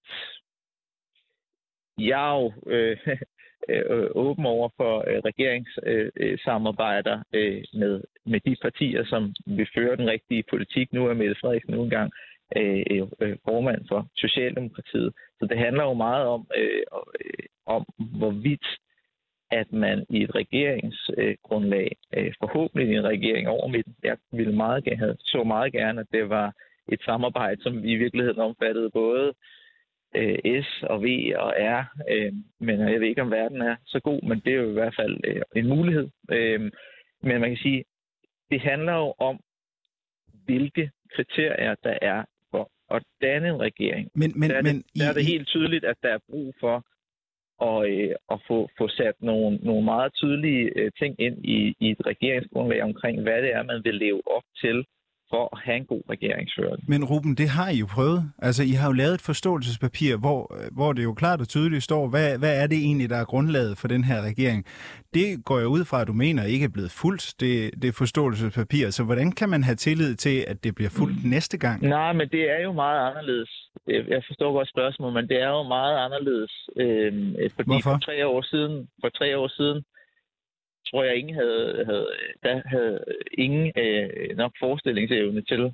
jeg er jo åben over for regeringssamarbejder med de partier, som vil føre den rigtige politik. Nu er Mette Frederiksen nu engang formand for Socialdemokratiet. Så det handler jo meget om hvorvidt at man i et regeringsgrundlag, forhåbentlig en regering over midten, jeg ville så meget gerne, at det var et samarbejde, som i virkeligheden omfattede både S og V og R, men jeg ved ikke, om verden er så god, men det er jo i hvert fald en mulighed. Men man kan sige, det handler jo om, hvilke kriterier der er for at danne en regering. Der er det helt tydeligt, at der er brug for at få sat nogle meget tydelige ting ind i et regeringsgrundlag omkring, hvad det er, man vil leve op til for at have en god regeringsførelse. Men Ruben, det har I jo prøvet. Altså, I har jo lavet et forståelsespapir, hvor det jo klart og tydeligt står, hvad er det egentlig, der er grundlaget for den her regering. Det går jeg ud fra, at du mener ikke er blevet fuldt, det forståelsespapir. Så hvordan kan man have tillid til, at det bliver fuldt næste gang? Nej, men det er jo meget anderledes. Jeg forstår godt spørgsmålet, men det er jo meget anderledes. Fordi hvorfor? For 3 år siden, tror jeg, ingen havde ingen nok forestillingsevne til,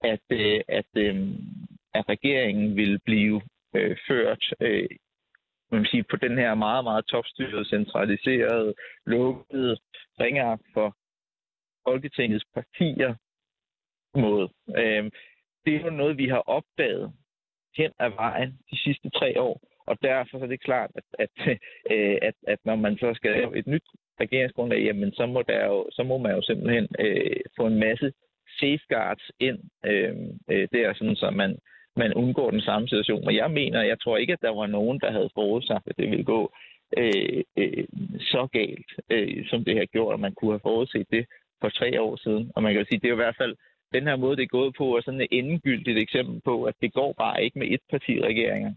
at regeringen ville blive ført man vil sige, på den her meget, meget topstyrede, centraliserede, lukkede ringeagt for Folketingets partier måde. Det er jo noget, vi har opdaget hen ad vejen de sidste 3 år, og derfor er det klart, at når man så skal lave et nyt regeringsgrundlag, jamen så må man jo simpelthen få en masse safeguards ind der, sådan så man undgår den samme situation. Og jeg tror ikke, at der var nogen, der havde forudsagt, at det ville gå så galt, som det har gjort, og man kunne have forudset det for 3 år siden. Og man kan jo sige, det er jo i hvert fald den her måde, det er gået på, er sådan et endegyldigt eksempel på, at det går bare ikke med etpartiregeringer.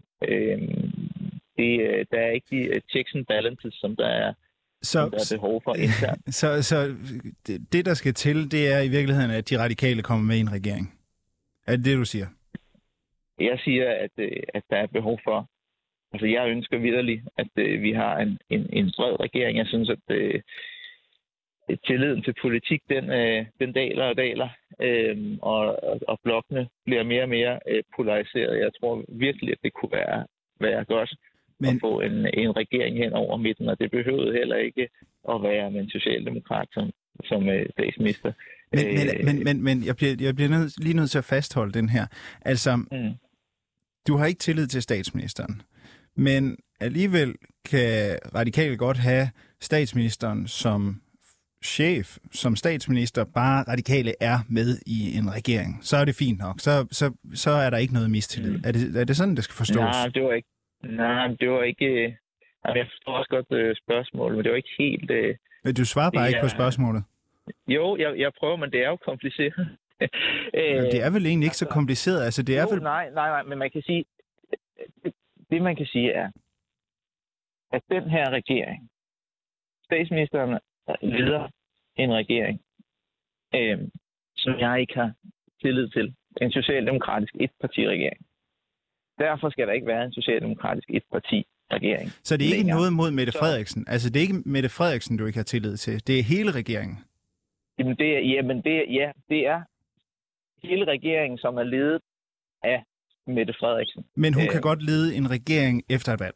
Der er ikke de checks and balances, som der er behov for internt. Så det, der skal til, det er i virkeligheden, at de radikale kommer med i en regering. Er det, du siger? Jeg siger, at der er behov for. Altså, jeg ønsker vitterligt, at vi har en bred regering. Jeg synes, at tilliden til politik, den daler og daler, og blokkene bliver mere og mere polariseret. Jeg tror virkelig, at det kunne være godt at få en regering hen over midten, og det behøvede heller ikke at være med en socialdemokrat som statsminister. Men jeg bliver lige nødt til at fastholde den her. Altså, du har ikke tillid til statsministeren, men alligevel kan radikale godt have statsministeren som chef, som statsminister, bare radikale er med i en regering. Så er det fint nok. Så er der ikke noget mistillid. Er det sådan, det skal forstås? Nej, det var ikke... Jeg forstår også godt spørgsmålet, men det var ikke helt... Men du svarer bare ikke på spørgsmålet. Jo, jeg prøver, men det er jo kompliceret. Det er vel egentlig ikke så kompliceret. Altså, det er vel... Nej, men man kan sige... Det man kan sige er, at den her regering, statsministeren leder en regering, som jeg ikke har tillid til. En socialdemokratisk etpartiregering. Derfor skal der ikke være en socialdemokratisk etparti-regering. Så det er ikke noget mod Mette Frederiksen? Altså, det er ikke Mette Frederiksen, du ikke har tillid til? Det er hele regeringen? Jamen, det er hele regeringen, som er ledet af Mette Frederiksen. Men hun kan godt lede en regering efter et valg?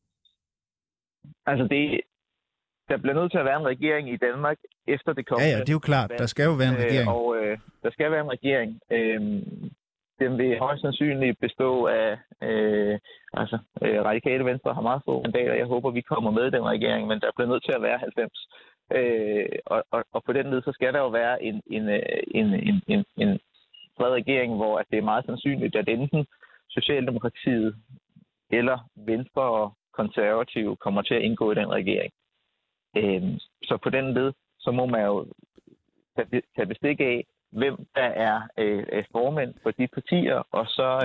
Altså, der bliver nødt til at være en regering i Danmark efter det kommende. Ja, det er jo klart. Der skal jo være en regering. Der skal være en regering. Den vil højst sandsynligt bestå af... Radikale Venstre har meget få mandater. Jeg håber, vi kommer med i den regering, men der bliver nødt til at være 90 Og på den led, så skal der jo være en bred regering, hvor at det er meget sandsynligt, at enten Socialdemokratiet eller Venstre og Konservative kommer til at indgå i den regering. Så på den led, så må man jo tage bestik af, hvem der er formænd for de partier, og så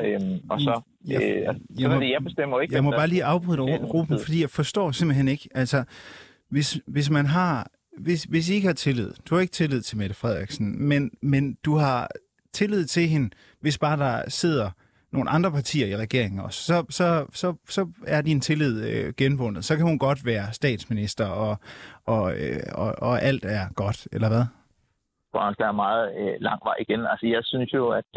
jeg bestemmer ikke. Jeg må bare lige afbryde Ruben, fordi jeg forstår simpelthen ikke. Altså, hvis man har, hvis I ikke har tillid, du har ikke tillid til Mette Frederiksen, men du har tillid til hende, hvis bare der sidder nogle andre partier i regeringen også, så er din tillid genvundet. Så kan hun godt være statsminister, og alt er godt, eller hvad? Der er meget lang vej igen. Altså, jeg synes jo, at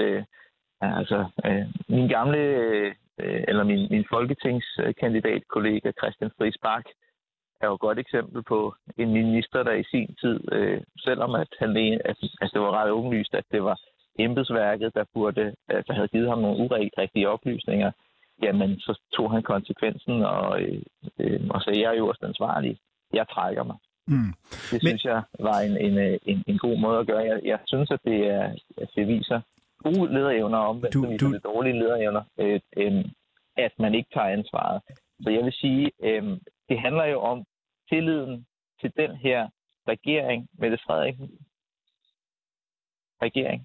min gamle, eller min folketingskandidatkollega Christian Friis Bach er jo et godt eksempel på en minister, der i sin tid, selvom at det var ret åbenlyst, at det var embedsværket, der havde givet ham nogle urigtige oplysninger, jamen så tog han konsekvensen og sagde, jeg er øverst ansvarlig. Jeg trækker mig. Det synes jeg var en god måde at gøre. Jeg synes, at det viser gode lederevner om, det viser det dårlige lederevner, at man ikke tager ansvaret. Så jeg vil sige, det handler jo om tilliden til den her regering, Mette Frederiksen regering.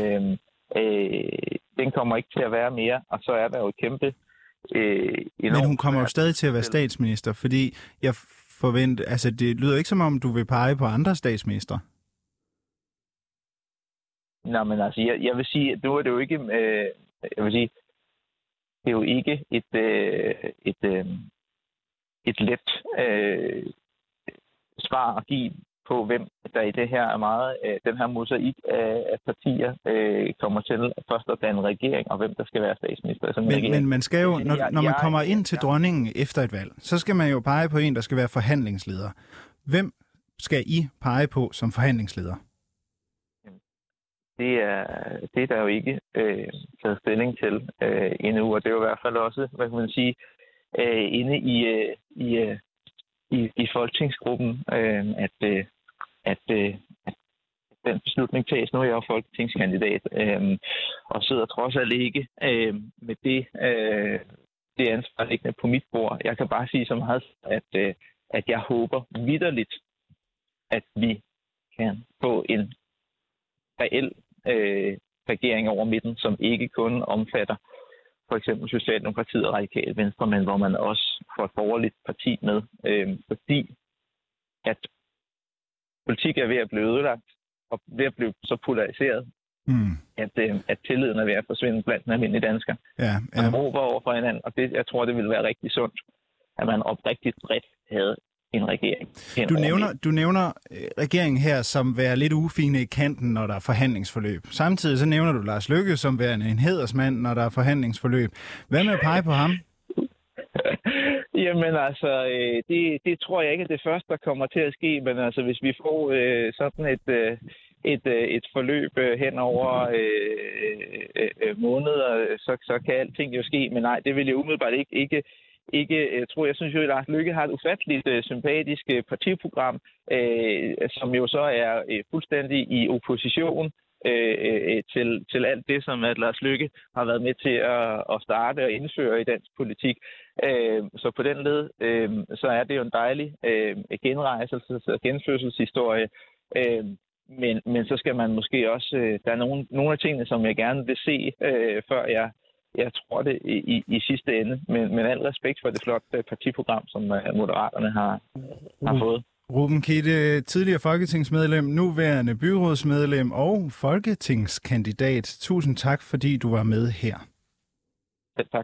Den kommer ikke til at være mere, og så er der jo et kæmpe men hun kommer jo stadig til at være statsminister, fordi jeg forventer, altså det lyder ikke som om, du vil pege på andre statsministre. Nej, men altså, jeg vil sige, at nu er det jo ikke, jeg vil sige, det er jo ikke et let svar at give på, hvem der i det her er meget, den her mosaik af partier kommer til først at danne regering, og hvem der skal være statsminister. Men man skal jo, når man kommer ind til dronningen efter et valg, så skal man jo pege på en, der skal være forhandlingsleder. Hvem skal I pege på som forhandlingsleder? Det er der jo ikke taget stilling til endnu, og det er jo i hvert fald også, hvad kan man sige, inde i folketingsgruppen, at den beslutning tages. Nu er jeg jo folketingskandidat, og sidder trods alt ikke med det ansvar liggende på mit bord. Jeg kan bare sige så meget, at jeg håber vitterligt, at vi kan få en reel regering over midten, som ikke kun omfatter for eksempel Socialdemokratiet og Radikale Venstre, men hvor man også får et borgerligt parti med, fordi at politik er ved at blive ødelagt og ved at blive så polariseret, at tilliden er ved at forsvinde blandt den almindelige dansker. Man råber over for hinanden, og jeg tror, det ville være rigtig sundt, at man oprigtigt bredt havde en regering. Du nævner regeringen her som være lidt ufine i kanten, når der er forhandlingsforløb. Samtidig så nævner du Lars Løkke som værende en hædersmand, når der er forhandlingsforløb. Hvad med at pege på ham? Jamen altså, det tror jeg ikke er det første, der kommer til at ske, men altså hvis vi får sådan et forløb hen over måneder, så kan alting jo ske, men nej, det vil jeg umiddelbart ikke tror. Jeg synes jo, at Lars Løkke har et ufatteligt sympatisk partiprogram, som jo så er fuldstændig i opposition til alt det, som at Lars Løkke har været med til at starte og indføre i dansk politik. Så på den led, så er det jo en dejlig genrejselses- og genfødselshistorie. Men så skal man måske også, der er nogle af tingene, som jeg gerne vil se, før jeg tror det i sidste ende. Men al respekt for det flotte partiprogram, som Moderaterne har fået. Ruben Kidde, tidligere folketingsmedlem, nuværende byrådsmedlem og folketingskandidat. Tusind tak, fordi du var med her. Ja, tak.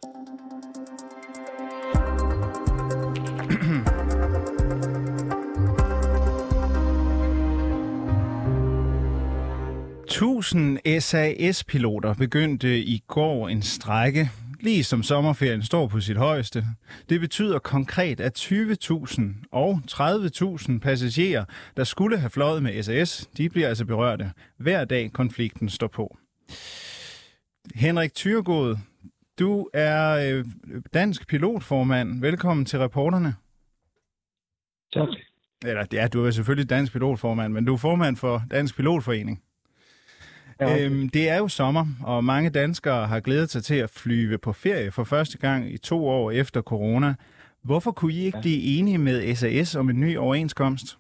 Tusind SAS-piloter begyndte i går en strejke, lige som sommerferien står på sit højeste. Det betyder konkret, at 20.000 og 30.000 passagerer, der skulle have fløjet med SAS, de bliver altså berørte hver dag konflikten står på. Henrik Thyregod, du er dansk pilotformand. Velkommen til Reporterne. Tak. Eller ja, du er selvfølgelig dansk pilotformand, men du er formand for Dansk Pilotforening. Ja. Det er jo sommer, og mange danskere har glædet sig til at flyve på ferie for første gang i 2 år efter corona. Hvorfor kunne I ikke blive enige med SAS om en ny overenskomst?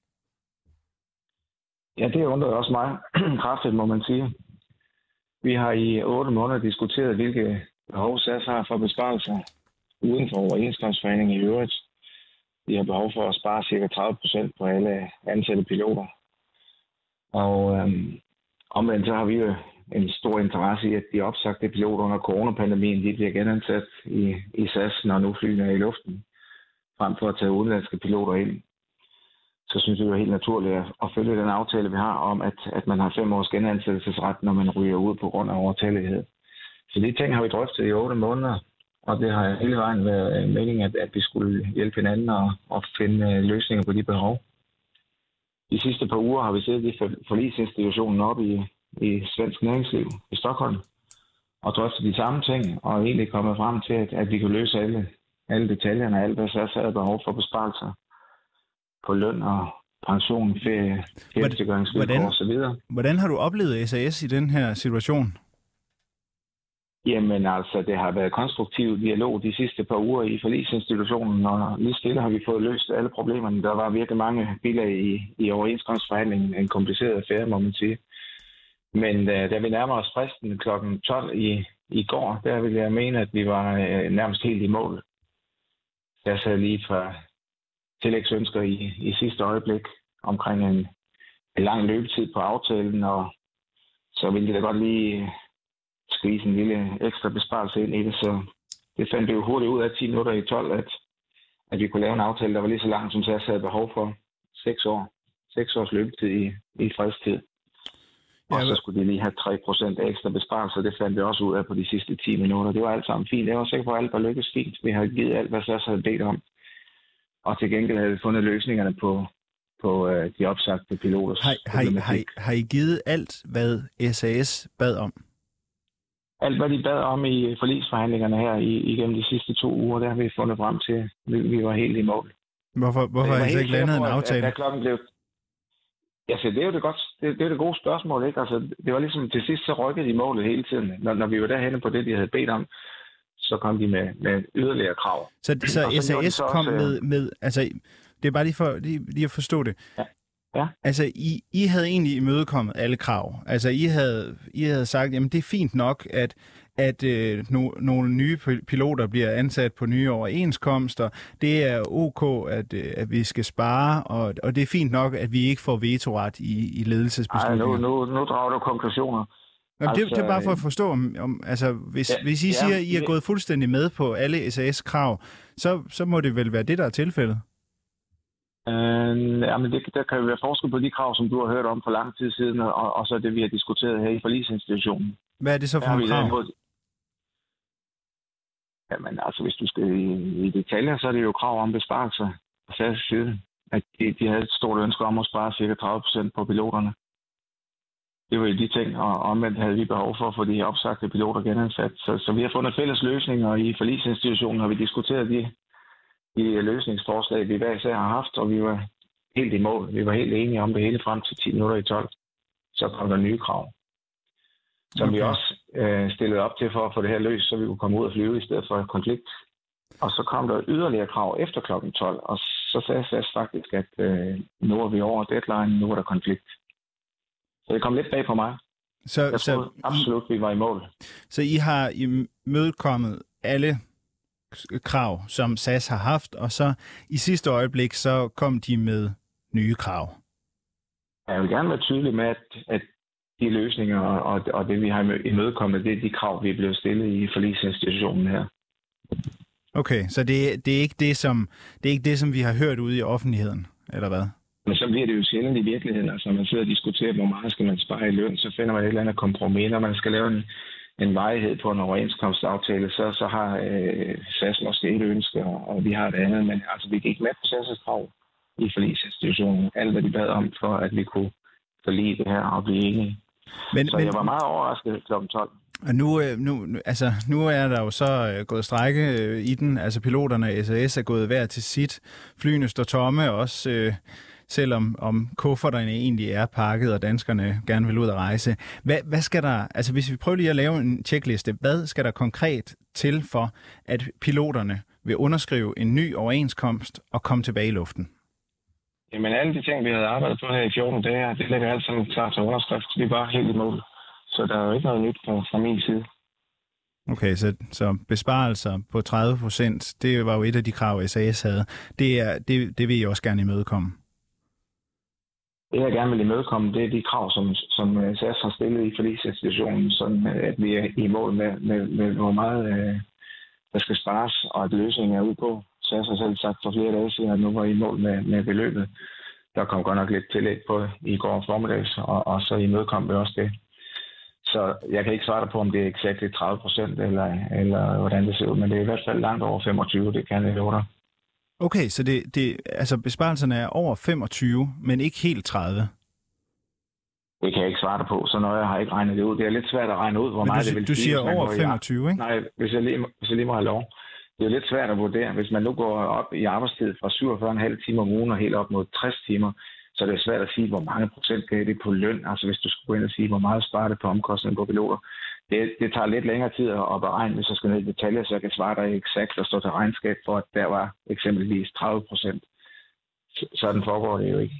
Ja, det undrer også mig kraftigt, må man sige. Vi har i 8 måneder diskuteret, hvilke behov SAS har for besparelser uden for overenskomstforhandling i øvrigt. Vi har behov for at spare ca. 30% på alle ansatte piloter. Og omvendt så har vi jo en stor interesse i, at de opsagte piloter under coronapandemien, de bliver genansat i SAS, når nu flyene er i luften, frem for at tage udenlandske piloter ind. Så synes vi jo helt naturligt at følge den aftale, vi har om, at man har 5 års genansættelsesret, når man ryger ud på grund af overtallighed. Så de ting har vi drøftet i 8 måneder, og det har hele vejen været meningen, at vi skulle hjælpe hinanden og finde løsninger på de behov. De sidste par uger har vi siddet i forligsinstitutionen op i Svensk Næringsliv i Stockholm og drøftet de samme ting, og egentlig kommet frem til, at vi kan løse alle detaljerne og alt, hvad SAS havde behov for besparelser på løn og pension, ferie, feriestilgøringsvilkår osv. Hvordan har du oplevet SAS i den her situation? Jamen altså, det har været konstruktiv dialog de sidste par uger i forligsinstitutionen, og lige stille har vi fået løst alle problemerne. Der var virkelig mange bilag i overenskomstforhandlingen, en kompliceret affære, må man sige. Men da vi nærmer os fristen kl. 12 i går, der vil jeg mene, at vi var nærmest helt i mål. Der sad lige fra tillægsønsker i sidste øjeblik omkring en lang løbetid på aftalen, og så ville det da godt lige skvise en lille ekstra besparelse ind i det, så det fandt vi jo hurtigt ud af 10 minutter i 12, at vi kunne lave en aftale, der var lige så lang, som SAS havde behov for 6 år. 6 års løbetid i fredstid. Og så skulle de lige have 3% ekstra besparelser. Det fandt vi også ud af på de sidste 10 minutter. Det var alt sammen fint. Jeg var sikker på, at alt var lykkes fint. Vi havde givet alt, hvad SAS havde bedt om. Og til gengæld havde vi fundet løsningerne på de opsagte piloters problematik. Har I givet alt, hvad SAS bad om? Alt, hvad de bad om i forligsforhandlingerne her igennem de sidste 2 uger, der har vi fundet frem til, vi var helt i mål. Hvorfor har I så ikke landet en aftale? Da klokken blev... Altså, det er jo det er det gode spørgsmål, ikke? Altså, det var ligesom til sidst, så rykkede de målet hele tiden. Når vi var derhenne på det, de havde bedt om, så kom de med yderligere krav. Så SAS kom med... Altså, det er bare lige at forstå det. Ja. Altså, I havde egentlig imødekommet alle krav. Altså, I havde sagt, jamen det er fint nok, at nogle nye piloter bliver ansat på nye overenskomster. Det er ok, at vi skal spare, og det er fint nok, at vi ikke får vetoret i ledelsesbeslutninger. Nu drager du konklusioner. Jamen, det er bare for at forstå, hvis I siger, at I er gået fuldstændig med på alle SAS-krav, så må det vel være det, der er tilfældet? Men der kan jo være forskel på de krav, som du har hørt om for lang tid siden, og så det, vi har diskuteret her i forligsinstitutionen. Hvad er det så for nogle krav? Jamen, altså, hvis du skal i detaljer, så er det jo krav om besparelser på SAS side. At de havde et stort ønske om at spare ca. 30% på piloterne. Det var jo de ting, og omvendt havde vi behov for at få de her opsagte piloter genansat. Så vi har fundet fælles løsninger, og i forligsinstitutionen har vi diskuteret de løsningsforslag, vi hver især har haft, og vi var helt i mål. Vi var helt enige om det hele frem til 10 minutter i 12. Så kom der nye krav, som vi også stillede op til for at få det her løst, så vi kunne komme ud og flyve i stedet for konflikt. Og så kom der yderligere krav efter klokken 12, og så sagde SAS faktisk, at nu er vi over deadline, nu er der konflikt. Så det kom lidt bag på mig. Jeg troede absolut, vi var i mål. Så I har imødekommet alle krav, som SAS har haft, og så i sidste øjeblik, så kom de med nye krav. Jeg vil gerne være tydelig med, at de løsninger og det, vi har imødekommet, det er de krav, vi er blevet stillet i forligsinstitutionen her. Okay, så det er ikke det, som vi har hørt ude i offentligheden, eller hvad? Men så bliver det jo sjældent i virkeligheden. Altså, man sidder og diskuterer, hvor meget skal man spare i løn, så finder man et eller andet kompromis. Når man skal lave en varighed på en overenskomstaftale, så har SAS måske et ønske, og vi har et andet. Men altså, vi gik med på SAS' krav i forligsinstitutionen. Alt, hvad de bad om, for at vi kunne forlige det her og blive enige. Så jeg var meget overrasket kl. 12. Og nu er der jo så gået strejke i den. Altså piloterne af SAS er gået hver til sit. Flyene står tomme også, selvom kufferterne egentlig er pakket, og danskerne gerne vil ud at rejse. Hvad skal der, altså hvis vi prøver lige at lave en tjekliste, hvad skal der konkret til for, at piloterne vil underskrive en ny overenskomst og komme tilbage i luften? Jamen alle de ting, vi havde arbejdet på her i 14 dage, det ligger alt sammen klar til underskrift. Vi er bare helt i mål. Så der er jo ikke noget nyt fra min side. Okay, så besparelser på 30%, det var jo et af de krav, SAS havde. Det vil I også gerne imødekomme? Det, jeg gerne vil imødekomme, det er de krav, som SAS har stillet i forligsinstitutionen, sådan at vi er i mål med hvor meget der skal spares, og at løsningen er ude på. SAS har selv sagt for flere dage siden, at nu var I i mål med beløbet. Der kom godt nok lidt tillæg på i går formiddags, og så imødekom vi også det. Så jeg kan ikke svare dig på, om det er eksakt 30% eller hvordan det ser ud, men det er i hvert fald langt over 25, det kan jeg love dig. Okay, så altså besparelserne er over 25, men ikke helt 30? Det kan jeg ikke svare dig på, så når jeg har ikke regnet det ud. Det er lidt svært at regne ud, hvor meget det vil sige. Du siger over 25, ikke? Nej, hvis jeg lige må have lov. Det er jo lidt svært at vurdere. Hvis man nu går op i arbejdstid fra 47,5 timer om ugen og helt op mod 60 timer, så det er svært at sige, hvor mange procent gav det på løn. Altså hvis du skulle gå ind og sige, hvor meget sparer det på omkostningen på piloter. Det tager lidt længere tid at beregne, hvis jeg skal ned i detaljer, så jeg kan svare dig eksakt og stå til regnskab for, at der var eksempelvis 30%. Sådan foregår det jo ikke.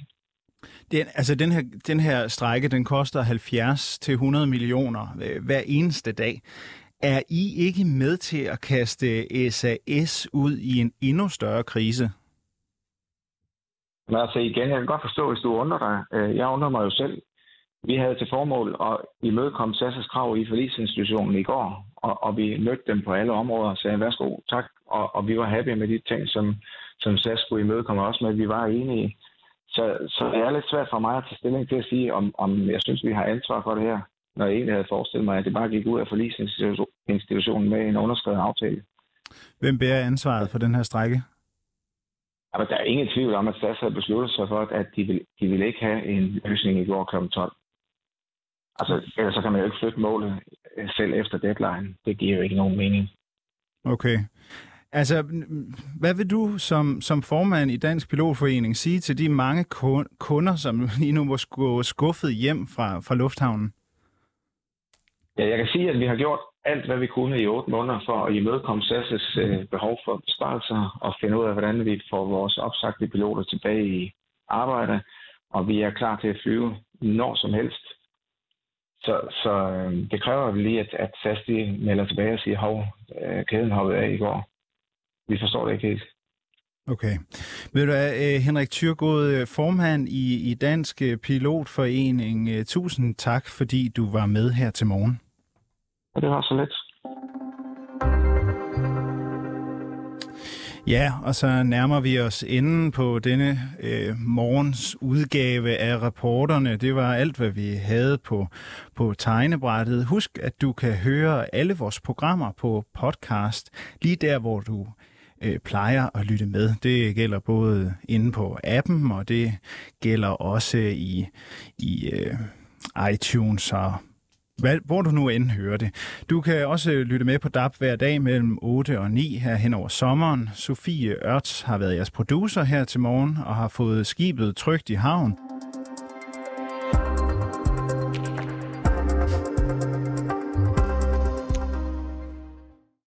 Den her strejke, den koster 70-100 millioner hver eneste dag. Er I ikke med til at kaste SAS ud i en endnu større krise? Men altså igen, jeg kan godt forstå, hvis du undrer dig. Jeg undrer mig jo selv. Vi havde til formål at imødekomme SAS' krav i forligsinstitutionen i går, og vi mødte dem på alle områder og sagde, værsgo, tak. Og vi var happy med de ting, som SAS skulle imødekomme også med, vi var enige. Så det er lidt svært for mig at tage stilling til at sige, om jeg synes, vi har ansvar for det her, når jeg egentlig havde forestillet mig, at det bare gik ud af forligsinstitutionen med en underskrevet aftale. Hvem bærer ansvaret for den her strejke? Men der er ingen tvivl om, at SAS havde besluttet sig for, at de ville ikke have en løsning i går kl. 12. Altså, ellers så kan man jo ikke flytte målet selv efter deadline. Det giver jo ikke nogen mening. Okay. Altså, hvad vil du som formand i Dansk Pilotforening sige til de mange kunder, som lige nu må gå skuffet hjem fra lufthavnen? Ja, jeg kan sige, at vi har gjort alt, hvad vi kunne i 8 måneder for at imødekomme SAS' behov for besparelser og finde ud af, hvordan vi får vores opsagte piloter tilbage i arbejde, og vi er klar til at flyve når som helst. Så det kræver lige, at SAS de melder tilbage og siger, hov, kæden hoppede af i går. Vi forstår det ikke helt. Okay. Ved du hvad, Henrik Thyregod, formand i Dansk Pilotforening, tusind tak, fordi du var med her til morgen. Og det var så let. Ja, og så nærmer vi os enden på denne morgens udgave af Reporterne. Det var alt, hvad vi havde på tegnebrættet. Husk, at du kan høre alle vores programmer på podcast, lige der, hvor du plejer at lytte med. Det gælder både inde på appen, og det gælder også i iTunes og hvor du nu end hører det. Du kan også lytte med på DAB hver dag mellem 8 og 9 her hen over sommeren. Sofie Ørts har været jeres producer her til morgen og har fået skibet trygt i havn.